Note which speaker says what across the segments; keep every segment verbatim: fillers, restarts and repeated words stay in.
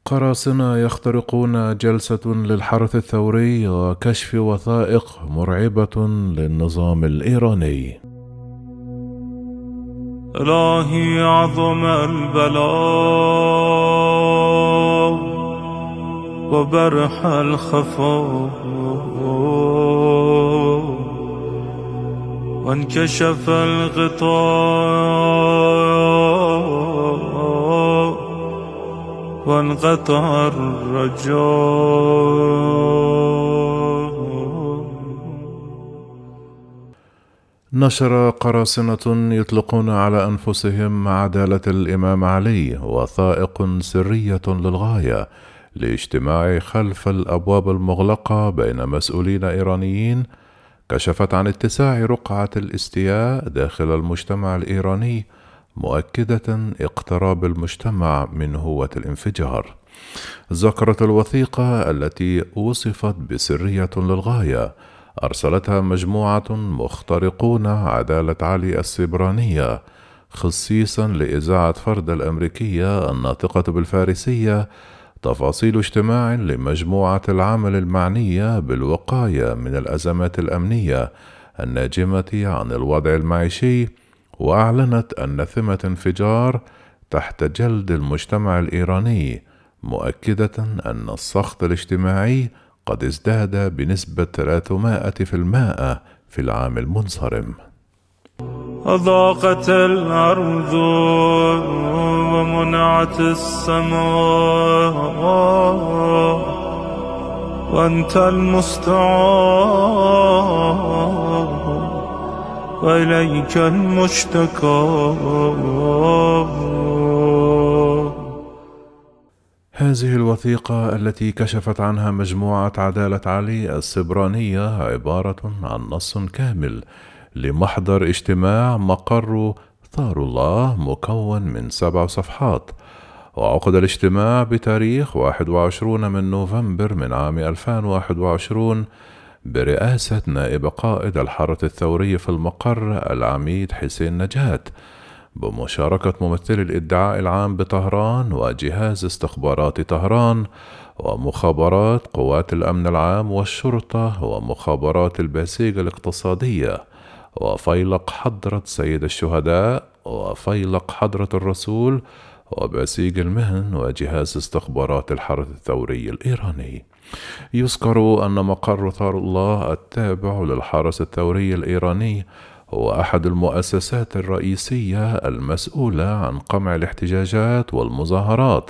Speaker 1: قراصنة يخترقون جلسة للحرس الثوري وكشف وثائق مرعبة للنظام الإيراني.
Speaker 2: إلهي عظم البلاء وبرح الخفاء وانكشف الغطاء وانقطع الرجاء.
Speaker 1: نشر قراصنة يطلقون على أنفسهم عدالة الإمام علي وثائق سرية للغاية لاجتماع خلف الأبواب المغلقة بين مسؤولين إيرانيين، كشفت عن اتساع رقعة الاستياء داخل المجتمع الإيراني، مؤكدة اقتراب المجتمع من هوة الانفجار. ذكرت الوثيقة التي وصفت بسرية للغاية أرسلتها مجموعة مخترقون عدالة علي السبرانية خصيصا لإذاعة فرد الأمريكية الناطقة بالفارسية تفاصيل اجتماع لمجموعة العمل المعنية بالوقاية من الأزمات الأمنية الناجمة عن الوضع المعيشي، وأعلنت أن ثمة انفجار تحت جلد المجتمع الإيراني، مؤكدة أن السخط الاجتماعي قد ازداد بنسبة ثلاثمائة بالمائة في العام المنصرم.
Speaker 2: أضاقت الأرض ومنعت السماء وأنت المستعان وإليك المشتكى.
Speaker 1: هذه الوثيقة التي كشفت عنها مجموعة عدالة علي السبرانية عبارة عن نص كامل لمحضر اجتماع مقر ثار الله مكون من سبع صفحات، وعقد الاجتماع بتاريخ واحد وعشرين من نوفمبر من عام ألفين وواحد وعشرين برئاسة نائب قائد الحرس الثوري في المقر العميد حسين نجاة، بمشاركة ممثلي الإدعاء العام بطهران وجهاز استخبارات طهران ومخابرات قوات الأمن العام والشرطة ومخابرات الباسيج الاقتصادية وفيلق حضرة سيد الشهداء وفيلق حضرة الرسول وباسيج المهن وجهاز استخبارات الحرس الثوري الإيراني. يذكر أن مقر ثار الله التابع للحرس الثوري الإيراني هو أحد المؤسسات الرئيسية المسؤولة عن قمع الاحتجاجات والمظاهرات،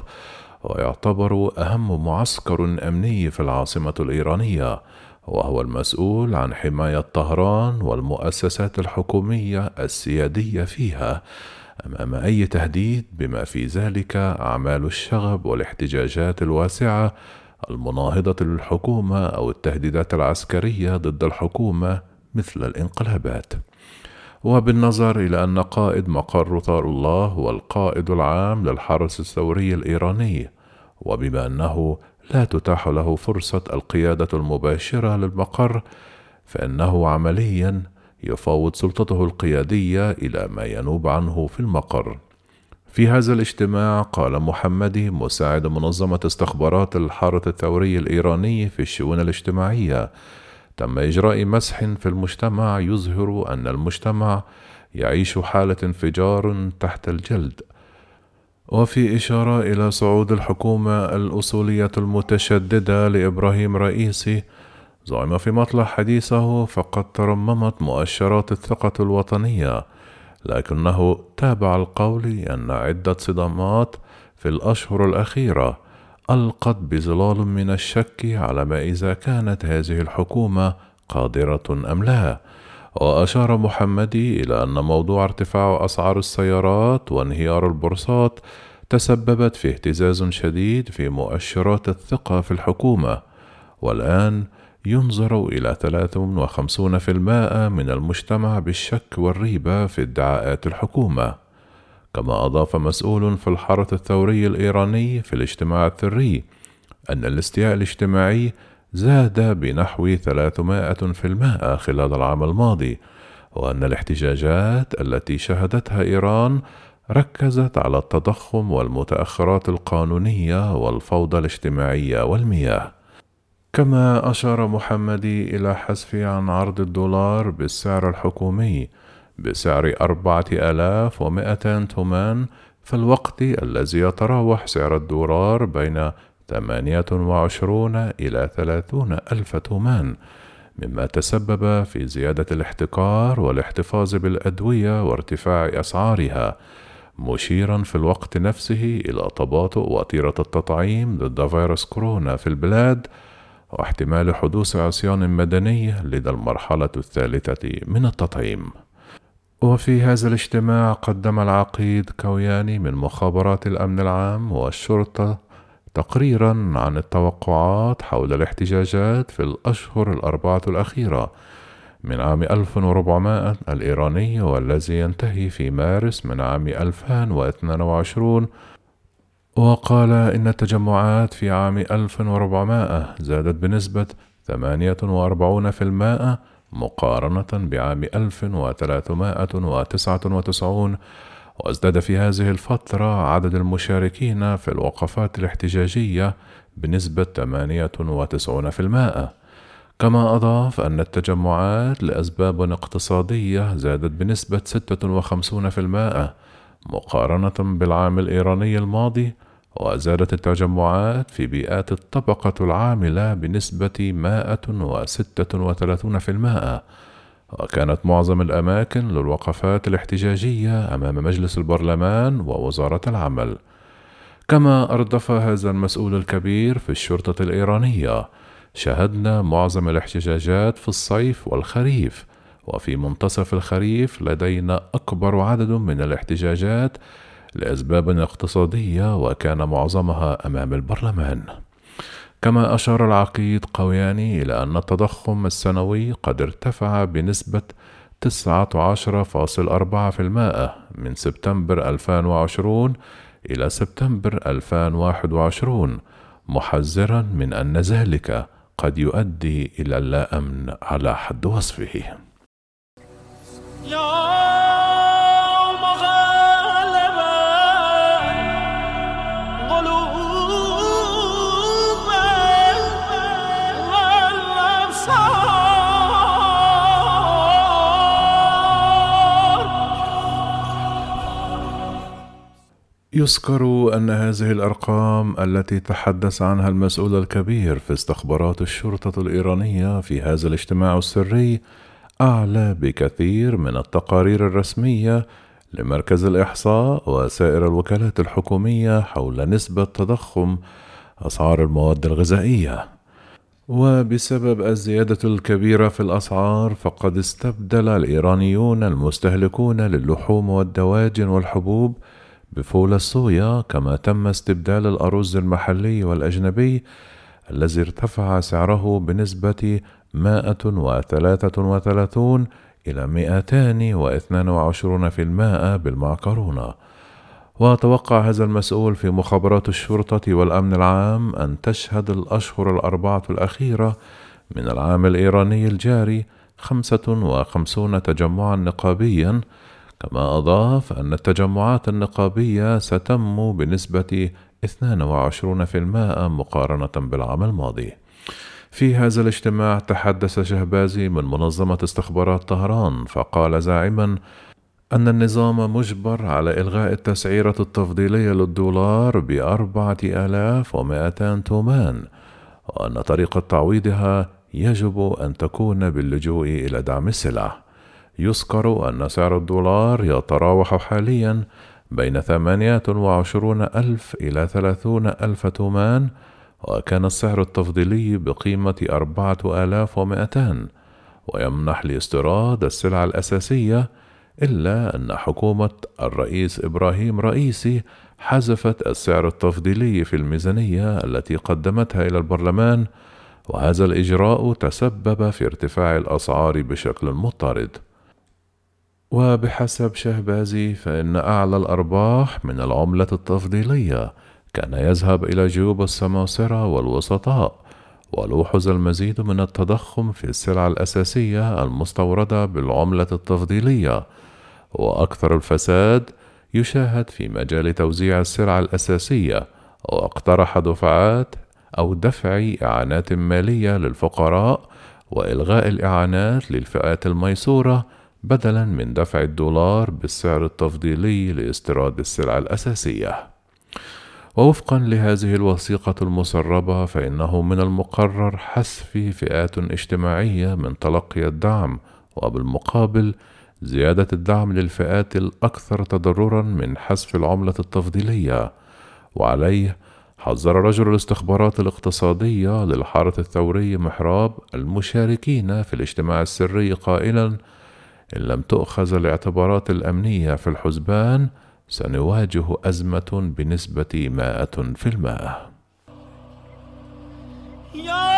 Speaker 1: ويعتبر أهم معسكر أمني في العاصمة الإيرانية، وهو المسؤول عن حماية طهران والمؤسسات الحكومية السيادية فيها أمام أي تهديد، بما في ذلك أعمال الشغب والاحتجاجات الواسعة المناهضة للحكومة أو التهديدات العسكرية ضد الحكومة مثل الانقلابات. وبالنظر إلى أن قائد مقر ثار الله هو القائد العام للحرس الثوري الإيراني، وبما أنه لا تتاح له فرصة القيادة المباشرة للمقر، فإنه عمليا يفوض سلطته القيادية إلى ما ينوب عنه في المقر. في هذا الاجتماع قال محمدي مساعد منظمة استخبارات الحرس الثوري الإيراني في الشؤون الاجتماعية: تم إجراء مسح في المجتمع يظهر أن المجتمع يعيش حالة انفجار تحت الجلد. وفي إشارة إلى صعود الحكومة الأصولية المتشددة لإبراهيم رئيسي، زعم في مطلع حديثه: فقد ترممت مؤشرات الثقة الوطنية، لكنه تابع القول أن عدة صدمات في الأشهر الأخيرة ألقت بظلال من الشك على ما إذا كانت هذه الحكومة قادرة أم لا. وأشار محمدي إلى أن موضوع ارتفاع أسعار السيارات وانهيار البورصات تسببت في اهتزاز شديد في مؤشرات الثقة في الحكومة، والآن ينظر إلى ثلاثة وخمسين بالمائة من المجتمع بالشك والريبة في ادعاءات الحكومة. كما أضاف مسؤول في الحرس الثوري الإيراني في الاجتماع السري أن الاستياء الاجتماعي زاد بنحو ثلاثمائة بالمائة خلال العام الماضي، وأن الاحتجاجات التي شهدتها إيران ركزت على التضخم والمتأخرات القانونية والفوضى الاجتماعية والمياه. كما أشار محمدي إلى حذف عن عرض الدولار بالسعر الحكومي بسعر أربعة آلاف ومئتين تومان في الوقت الذي يتراوح سعر الدولار بين ثمانية وعشرين إلى ثلاثين ألف تومان، مما تسبب في زيادة الاحتكار والاحتفاظ بالأدوية وارتفاع أسعارها، مشيرا في الوقت نفسه إلى تباطؤ وتيرة التطعيم ضد فيروس كورونا في البلاد واحتمال حدوث عصيان مدني لدى المرحلة الثالثة من التطعيم. وفي هذا الاجتماع قدم العقيد كوياني من مخابرات الأمن العام والشرطة تقريرا عن التوقعات حول الاحتجاجات في الأشهر الأربعة الأخيرة من عام ألف وأربعمائة الإيراني والذي ينتهي في مارس من عام ألفين واثنين وعشرين. وقال إن التجمعات في عام ألف وأربعمائة زادت بنسبة ثمانية وأربعين بالمئة مقارنة بعام ألف وثلاثمائة وتسعة وتسعين، وازداد في هذه الفترة عدد المشاركين في الوقفات الاحتجاجية بنسبة ثمانية وتسعين بالمئة. كما أضاف أن التجمعات لأسباب اقتصادية زادت بنسبة ستة وخمسين بالمئة مقارنة بالعام الإيراني الماضي، وزادت التجمعات في بيئات الطبقة العاملة بنسبة مائة وستة وثلاثين بالمئة. وكانت معظم الأماكن للوقفات الاحتجاجية أمام مجلس البرلمان ووزارة العمل. كما أردف هذا المسؤول الكبير في الشرطة الإيرانية: شهدنا معظم الاحتجاجات في الصيف والخريف، وفي منتصف الخريف لدينا أكبر عدد من الاحتجاجات لأسباب اقتصادية وكان معظمها أمام البرلمان. كما أشار العقيد قوياني إلى أن التضخم السنوي قد ارتفع بنسبة تسعة عشر فاصلة أربعة بالمئة من سبتمبر ألفين وعشرين إلى سبتمبر ألفين وواحد وعشرين، محذرا من أن ذلك قد يؤدي إلى اللا أمن على حد وصفه. يذكر أن هذه الأرقام التي تحدث عنها المسؤول الكبير في استخبارات الشرطة الإيرانية في هذا الاجتماع السري أعلى بكثير من التقارير الرسمية لمركز الإحصاء وسائر الوكالات الحكومية حول نسبة تضخم أسعار المواد الغذائية. وبسبب الزيادة الكبيرة في الأسعار فقد استبدل الإيرانيون المستهلكون للحوم والدواجن والحبوب بفول الصويا، كما تم استبدال الأرز المحلي والأجنبي الذي ارتفع سعره بنسبة مائة وثلاثة وثلاثين إلى مئتين واثنين وعشرين بالمئة بالمعكرونة. وتوقع هذا المسؤول في مخابرات الشرطة والأمن العام أن تشهد الأشهر الأربعة الأخيرة من العام الإيراني الجاري خمسة وخمسين تجمعا نقابيا. كما أضاف أن التجمعات النقابية ستنمو بنسبة اثنين وعشرين بالمئة مقارنة بالعام الماضي. في هذا الاجتماع تحدث شهبازي من منظمة استخبارات طهران، فقال زاعما أن النظام مجبر على إلغاء التسعيرة التفضيلية للدولار بأربعة آلاف ومئتين تومان، وأن طريقة تعويضها يجب أن تكون باللجوء إلى دعم السلع. يذكر أن سعر الدولار يتراوح حاليا بين ثمانية وعشرين ألف إلى ثلاثين ألف تومان، وكان السعر التفضيلي بقيمة أربعة آلاف ومئتين ويمنح لاستيراد السلع الأساسية، إلا أن حكومة الرئيس إبراهيم رئيسي حذفت السعر التفضيلي في الميزانية التي قدمتها إلى البرلمان، وهذا الإجراء تسبب في ارتفاع الأسعار بشكل مضطرد. وبحسب شهبازي فإن أعلى الأرباح من العملة التفضيلية كان يذهب إلى جيوب السماسرة والوسطاء، ولوحظ المزيد من التضخم في السلع الأساسية المستوردة بالعملة التفضيلية. وأكثر الفساد يشاهد في مجال توزيع السلع الأساسية، واقترح دفعات أو دفع إعانات مالية للفقراء وإلغاء الإعانات للفئات الميسورة بدلاً من دفع الدولار بالسعر التفضيلي لاستيراد السلع الأساسية. ووفقاً لهذه الوثيقة المسربة، فإنه من المقرر حذف فئات اجتماعية من تلقي الدعم، وبالمقابل زيادة الدعم للفئات الأكثر تضرراً من حذف العملة التفضيلية. وعليه حذر رجل الاستخبارات الاقتصادية للحارة الثوري محراب المشاركين في الاجتماع السري قائلاً: إن لم تؤخذ الاعتبارات الأمنية في الحسبان سنواجه أزمة بنسبة مائة في المائة.